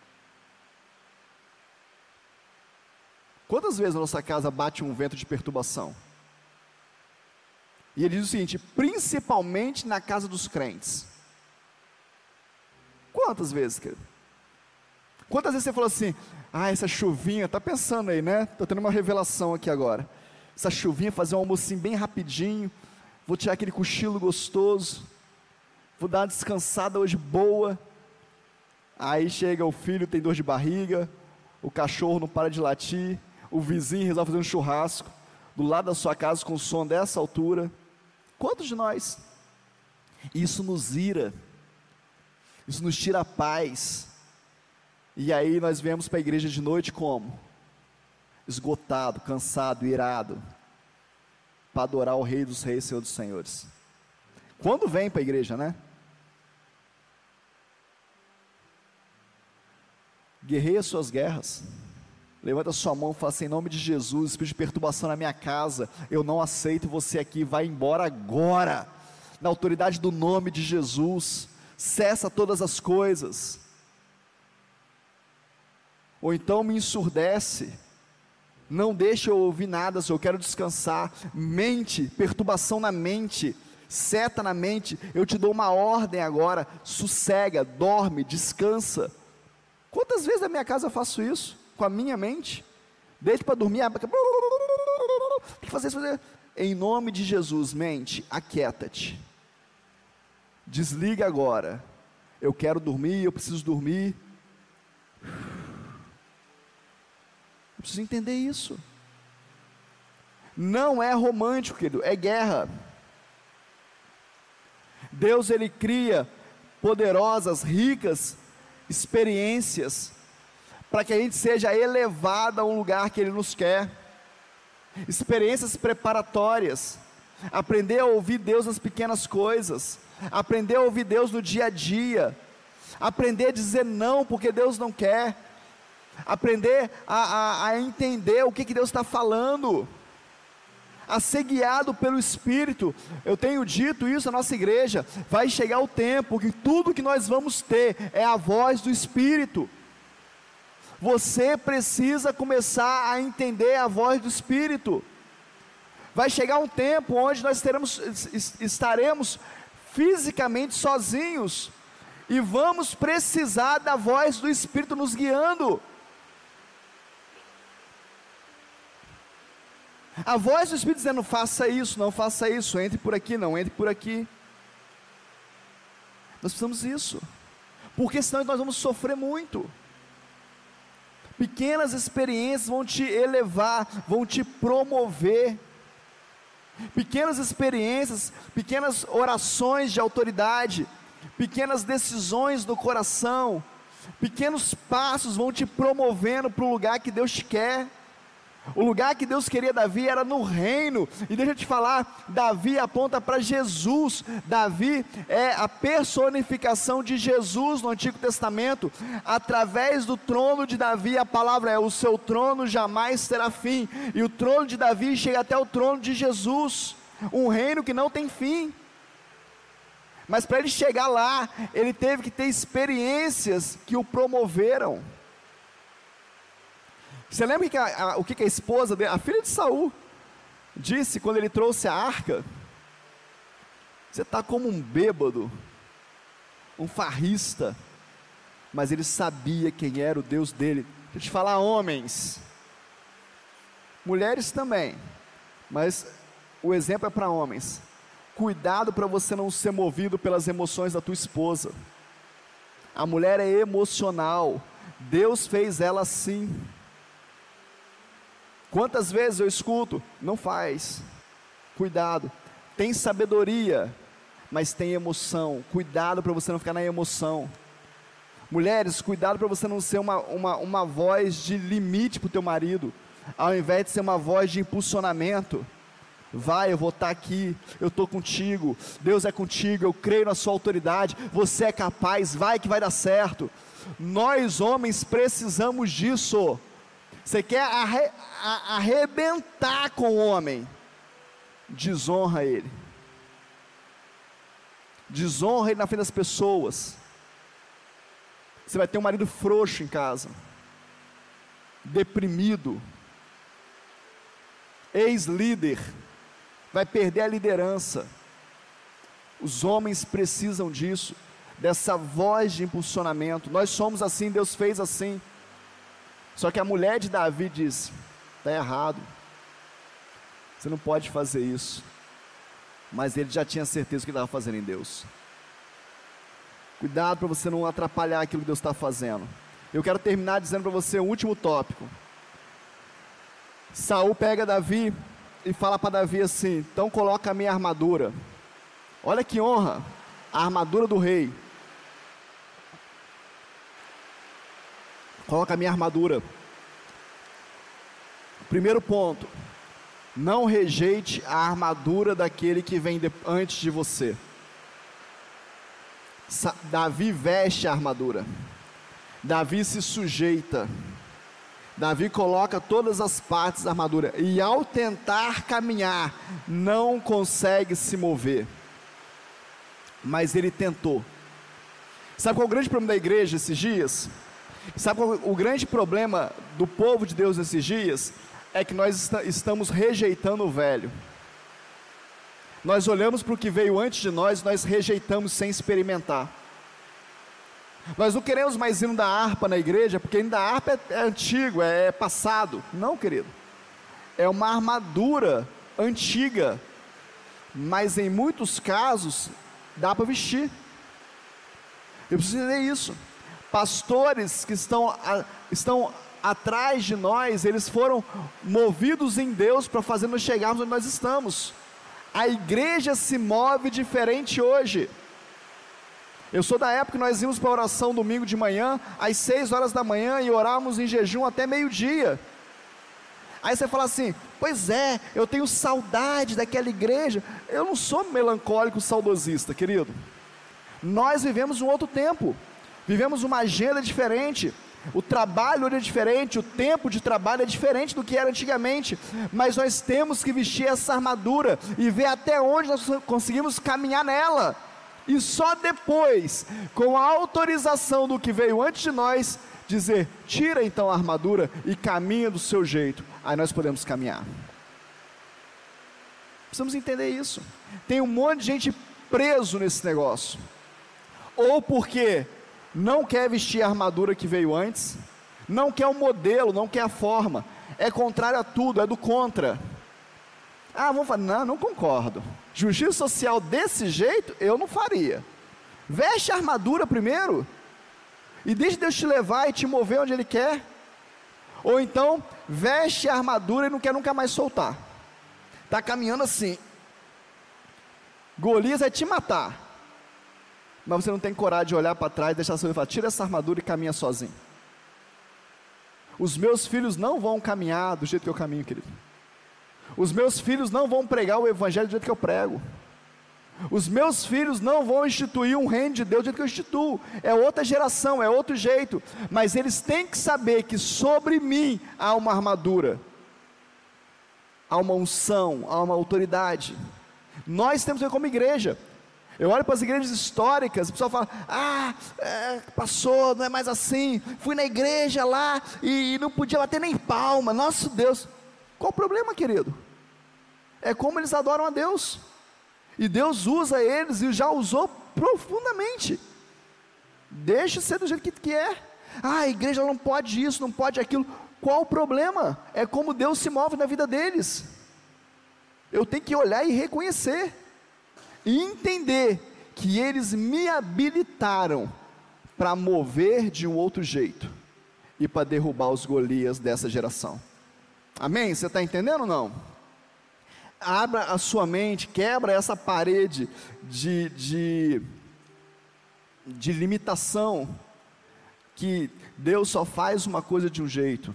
Quantas vezes na nossa casa bate um vento de perturbação? E ele diz o seguinte: principalmente na casa dos crentes. Quantas vezes, querido? Quantas vezes você falou assim: ah, essa chuvinha, está pensando aí, né? Estou tendo uma revelação aqui agora. Essa chuvinha, fazer um almocinho bem rapidinho, vou tirar aquele cochilo gostoso, vou dar uma descansada hoje boa. Aí chega o filho, tem dor de barriga, o cachorro não para de latir, o vizinho resolve fazer um churrasco do lado da sua casa com som dessa altura. Quantos de nós? Isso nos ira, isso nos tira a paz. E aí nós viemos para a igreja de noite como? Esgotado, cansado, irado, para adorar o Rei dos Reis, Senhor dos Senhores. Quando vem para a igreja, né? Guerreia suas guerras. Levanta sua mão e fala assim: em nome de Jesus, espírito de perturbação na minha casa, eu não aceito você aqui, vai embora agora, na autoridade do nome de Jesus, cessa todas as coisas. Ou então me ensurdece, não deixa eu ouvir nada, se eu quero descansar. Mente, perturbação na mente, seta na mente, eu te dou uma ordem agora: sossega, dorme, descansa. Quantas vezes na minha casa eu faço isso? Com a minha mente, deito para dormir, tem que fazer isso, fazer. Em nome de Jesus, mente, aquieta-te, desliga agora, eu quero dormir, eu preciso dormir, eu preciso entender isso. Não é romântico, querido, é guerra. Deus, Ele cria poderosas, ricas experiências, para que a gente seja elevado a um lugar que Ele nos quer, experiências preparatórias, aprender a ouvir Deus nas pequenas coisas, aprender a ouvir Deus no dia a dia, aprender a dizer não porque Deus não quer, aprender a, a, a entender o que, que Deus está falando, a ser guiado pelo Espírito. Eu tenho dito isso na nossa igreja, vai chegar o tempo que tudo que nós vamos ter é a voz do Espírito. Você precisa começar a entender a voz do Espírito. Vai chegar um tempo onde nós teremos, estaremos fisicamente sozinhos, e vamos precisar da voz do Espírito nos guiando. A voz do Espírito dizendo: faça isso, não faça isso, entre por aqui, não entre por aqui. Nós precisamos disso, porque senão nós vamos sofrer muito. Pequenas experiências vão te elevar, vão te promover. Pequenas experiências, pequenas orações de autoridade, pequenas decisões do coração, pequenos passos vão te promovendo para o lugar que Deus te quer. O lugar que Deus queria Davi era no reino, e deixa eu te falar, Davi aponta para Jesus. Davi é a personificação de Jesus no Antigo Testamento. Através do trono de Davi, a palavra é: o seu trono jamais terá fim, e o trono de Davi chega até o trono de Jesus, um reino que não tem fim. Mas para ele chegar lá, ele teve que ter experiências que o promoveram. Você lembra que a, a, o que, que a esposa dele, a filha de Saul, disse quando ele trouxe a arca? Você está como um bêbado, um farrista. Mas ele sabia quem era o Deus dele. Deixa eu te falar, homens, mulheres também, mas o exemplo é para homens. Cuidado para você não ser movido pelas emoções da tua esposa. A mulher é emocional, Deus fez ela assim. Quantas vezes eu escuto, não faz, cuidado, tem sabedoria, mas tem emoção, cuidado para você não ficar na emoção. Mulheres, cuidado para você não ser uma, uma, uma voz de limite para o teu marido, ao invés de ser uma voz de impulsionamento. Vai, eu vou estar aqui, eu estou contigo, Deus é contigo, eu creio na sua autoridade, você é capaz, vai que vai dar certo. Nós homens precisamos disso. Você quer arre, a, arrebentar com o homem, desonra ele, desonra ele na frente das pessoas. Você vai ter um marido frouxo em casa, deprimido, ex-líder, vai perder a liderança. Os homens precisam disso, dessa voz de impulsionamento. Nós somos assim, Deus fez assim. Só que a mulher de Davi disse, está errado, você não pode fazer isso. Mas ele já tinha certeza do que estava fazendo em Deus. Cuidado para você não atrapalhar aquilo que Deus está fazendo. Eu quero terminar dizendo para você o último tópico. Saul pega Davi e fala para Davi assim, então coloca a minha armadura. Olha que honra, a armadura do rei. Coloca a minha armadura. Primeiro ponto, não rejeite a armadura daquele que vem de, antes de você. Sa- Davi veste a armadura, Davi se sujeita, Davi coloca todas as partes da armadura, e ao tentar caminhar, não consegue se mover, mas ele tentou. Sabe qual é o grande problema da igreja esses dias? Sabe qual é o grande problema do povo de Deus nesses dias? É que nós est- estamos rejeitando o velho. Nós olhamos para o que veio antes de nós, nós rejeitamos sem experimentar. Nós não queremos mais hino da harpa na igreja, porque hino da harpa é, é antigo, é, é passado. Não, querido. É uma armadura antiga, mas em muitos casos dá para vestir. Eu preciso entender isso. Pastores que estão, a, estão atrás de nós, eles foram movidos em Deus para fazer nós chegarmos onde nós estamos. A igreja se move diferente hoje. Eu sou da época que nós íamos para a oração domingo de manhã, às seis horas da manhã, e orávamos em jejum até meio-dia. Aí você fala assim, pois é, eu tenho saudade daquela igreja. Eu não sou melancólico, saudosista, querido. Nós vivemos um outro tempo, vivemos uma agenda diferente. O trabalho hoje é diferente, o tempo de trabalho é diferente do que era antigamente, mas nós temos que vestir essa armadura e ver até onde nós conseguimos caminhar nela, e só depois, com a autorização do que veio antes de nós, dizer, tira então a armadura e caminha do seu jeito, aí nós podemos caminhar. Precisamos entender isso. Tem um monte de gente preso nesse negócio, ou porque não quer vestir a armadura que veio antes, não quer o modelo, não quer a forma, é contrário a tudo, é do contra. Ah, vamos falar, não, não concordo, justiça social desse jeito, eu não faria. Veste a armadura primeiro, e deixa Deus te levar e te mover onde Ele quer. Ou então, veste a armadura e não quer nunca mais soltar, está caminhando assim, Golias vai te matar, mas você não tem coragem de olhar para trás, deixar seu filho e falar, tira essa armadura e caminha sozinho. Os meus filhos não vão caminhar do jeito que eu caminho, querido. Os meus filhos não vão pregar o evangelho do jeito que eu prego. Os meus filhos não vão instituir um reino de Deus do jeito que eu instituo. É outra geração, é outro jeito. Mas eles têm que saber que sobre mim há uma armadura, há uma unção, há uma autoridade. Nós temos que ver como igreja. Eu olho para as igrejas históricas, o pessoal fala, ah, é, passou, não é mais assim, fui na igreja lá, e, e não podia bater nem palma, nosso Deus, qual o problema, querido? É como eles adoram a Deus, e Deus usa eles, e já usou profundamente. Deixa ser do jeito que, que é. Ah, a igreja não pode isso, não pode aquilo. Qual o problema? É como Deus se move na vida deles. Eu tenho que olhar e reconhecer, e entender que eles me habilitaram para mover de um outro jeito, e para derrubar os Golias dessa geração. Amém? Você está entendendo ou não? Abra a sua mente, quebra essa parede de, de, de limitação, que Deus só faz uma coisa de um jeito.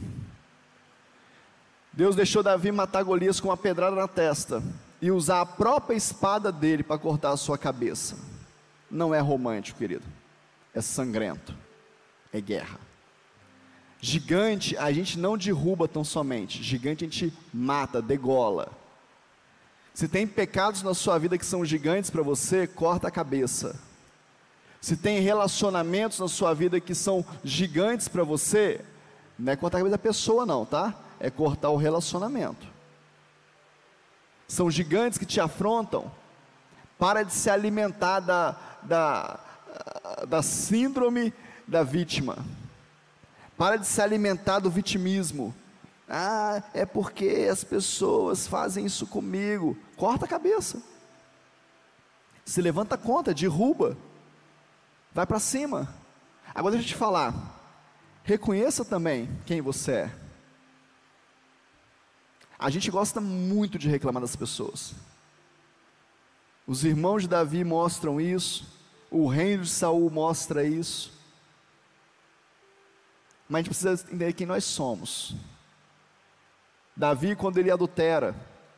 Deus deixou Davi matar Golias com uma pedrada na testa, e usar a própria espada dele para cortar a sua cabeça. Não é romântico, querido, é sangrento, é guerra. Gigante a gente não derruba tão somente, gigante a gente mata, degola. Se tem pecados na sua vida que são gigantes para você, corta a cabeça. Se tem relacionamentos na sua vida que são gigantes para você, não é cortar a cabeça da pessoa não, tá? É cortar o relacionamento. São gigantes que te afrontam. Para de se alimentar da, da, da síndrome da vítima. Para de se alimentar do vitimismo. Ah, é porque as pessoas fazem isso comigo. Corta a cabeça. Se levanta conta, derruba. Vai para cima. Agora deixa eu te falar. Reconheça também quem você é. A gente gosta muito de reclamar das pessoas. Os irmãos de Davi mostram isso. O reino de Saul mostra isso. Mas a gente precisa entender quem nós somos. Davi, quando ele adultera,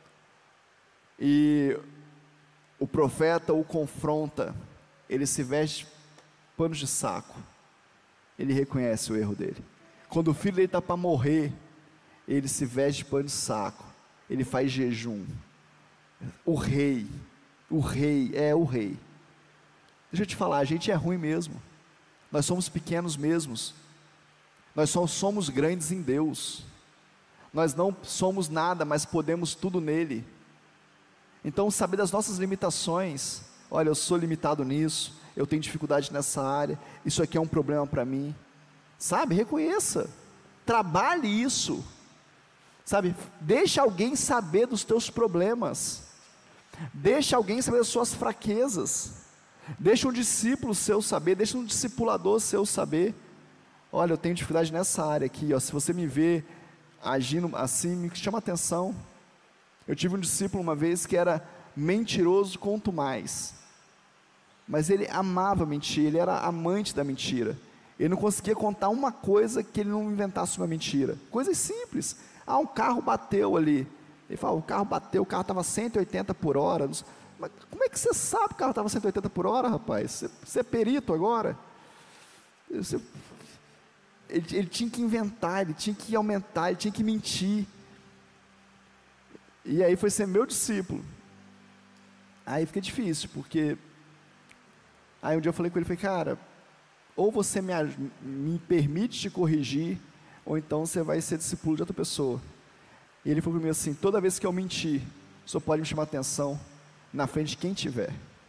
e o profeta o confronta, ele se veste panos de saco. Ele reconhece o erro dele. Quando o filho dele está para morrer, ele se veste de pano de saco. Ele faz jejum. O rei, o rei, é o rei. Deixa eu te falar, a gente é ruim mesmo. Nós somos pequenos mesmos. Nós só somos grandes em Deus. Nós não somos nada, mas podemos tudo nele. Então, saber das nossas limitações. Olha, eu sou limitado nisso, eu tenho dificuldade nessa área, isso aqui é um problema para mim. Sabe, reconheça, trabalhe isso. Sabe, deixa alguém saber dos teus problemas. Deixa alguém saber das suas fraquezas. Deixa um discípulo seu saber, deixa um discipulador seu saber. Olha, eu tenho dificuldade nessa área aqui, ó. Se você me vê agindo assim, me chama atenção. Eu tive um discípulo uma vez que era mentiroso quanto mais, mas ele amava mentir, ele era amante da mentira. Ele não conseguia contar uma coisa que ele não inventasse uma mentira. Coisas simples. Ah, um carro bateu ali. Ele fala, o carro bateu, o carro estava cento e oitenta por hora. Mas como é que você sabe que o carro estava cento e oitenta por hora, rapaz? Você, você é perito agora? Você, ele, ele tinha que inventar, ele tinha que aumentar, ele tinha que mentir. E aí foi ser meu discípulo. Aí fica difícil, porque... Aí um dia eu falei com ele, falei, cara, ou você me, me permite te corrigir, ou então você vai ser discípulo de outra pessoa. E ele falou para mim assim, toda vez que eu mentir, o senhor pode me chamar atenção na frente de quem tiver.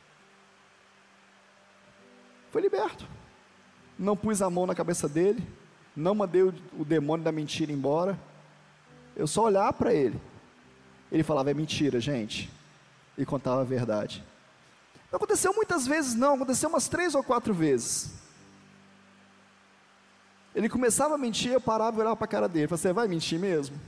Foi liberto. Não pus a mão na cabeça dele, não mandei o, o demônio da mentira embora. Eu só olhava para ele. Ele falava, é mentira, gente. E contava a verdade. Não aconteceu muitas vezes não, aconteceu umas três ou quatro vezes. Ele começava a mentir, eu parava e olhava para a cara dele, falava, você vai mentir mesmo?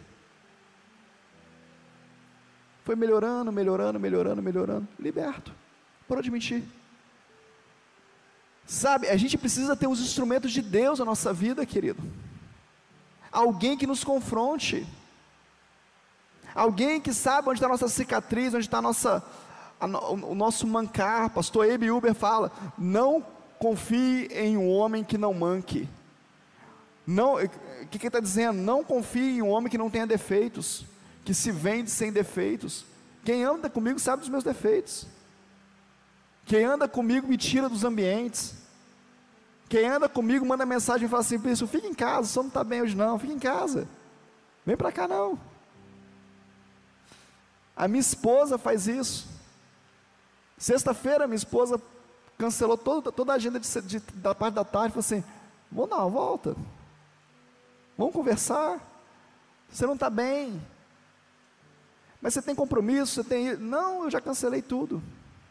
Foi melhorando, melhorando, melhorando, melhorando, liberto, parou de mentir. Sabe, a gente precisa ter os instrumentos de Deus na nossa vida, querido. Alguém que nos confronte. Alguém que sabe onde está a nossa cicatriz, onde está a nossa, a no, o nosso mancar. Pastor Ebe Uber fala, não confie em um homem que não manque. Não, o que, que ele está dizendo? Não confie em um homem que não tenha defeitos, que se vende sem defeitos. Quem anda comigo sabe dos meus defeitos. Quem anda comigo me tira dos ambientes. Quem anda comigo manda mensagem e fala assim, isso, fica em casa, o senhor não está bem hoje não, fica em casa. Vem para cá não. A minha esposa faz isso. Sexta-feira minha esposa cancelou toda, toda a agenda de, de, da parte da tarde, falou assim, vamos dar uma volta. Vamos conversar. Você não está bem. Mas você tem compromisso, você tem... Não, eu já cancelei tudo.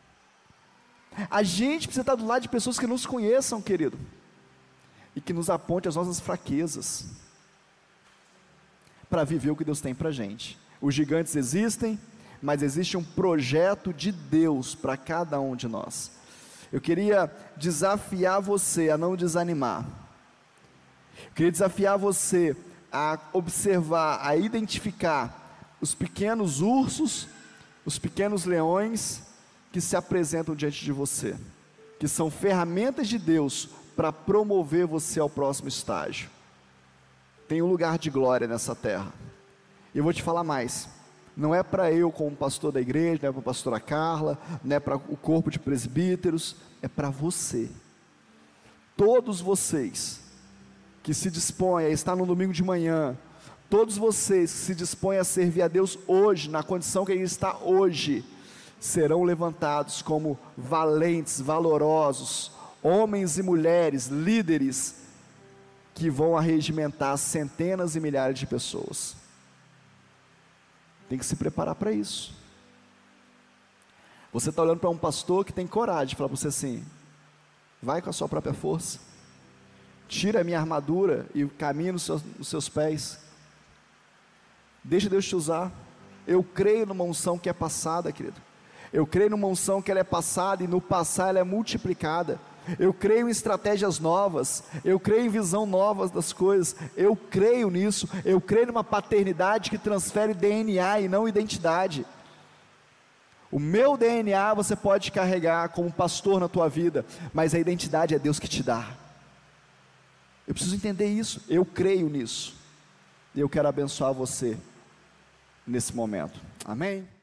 A gente precisa estar do lado de pessoas que nos conheçam, querido. E que nos aponte as nossas fraquezas. para viver o que Deus tem para a gente. Os gigantes existem, mas existe um projeto de Deus para cada um de nós. Eu queria desafiar você a não desanimar. Eu queria desafiar você a observar, a identificar os pequenos ursos, os pequenos leões que se apresentam diante de você, que são ferramentas de Deus para promover você ao próximo estágio. Tem um lugar de glória nessa terra. E eu vou te falar mais. Não é para eu, como pastor da igreja, não é para a pastora Carla, não é para o corpo de presbíteros, é para você. Todos vocês que se dispõem a estar no domingo de manhã, todos vocês que se dispõem a servir a Deus hoje, na condição que Ele está hoje, serão levantados como valentes, valorosos, homens e mulheres, líderes, que vão arregimentar centenas e milhares de pessoas. Tem que se preparar para isso. Você está olhando para um pastor que tem coragem de falar para você assim: vai com a sua própria força, tira a minha armadura e caminha nos seus, nos seus pés, deixa Deus te usar. Eu creio numa unção que é passada, querido. Eu creio numa unção que ela é passada e no passar ela é multiplicada. Eu creio em estratégias novas, eu creio em visão nova das coisas, eu creio nisso, eu creio numa paternidade que transfere D N A e não identidade. O meu D N A você pode carregar como pastor na tua vida, mas a identidade é Deus que te dá. Eu preciso entender isso, eu creio nisso, e eu quero abençoar você nesse momento, amém?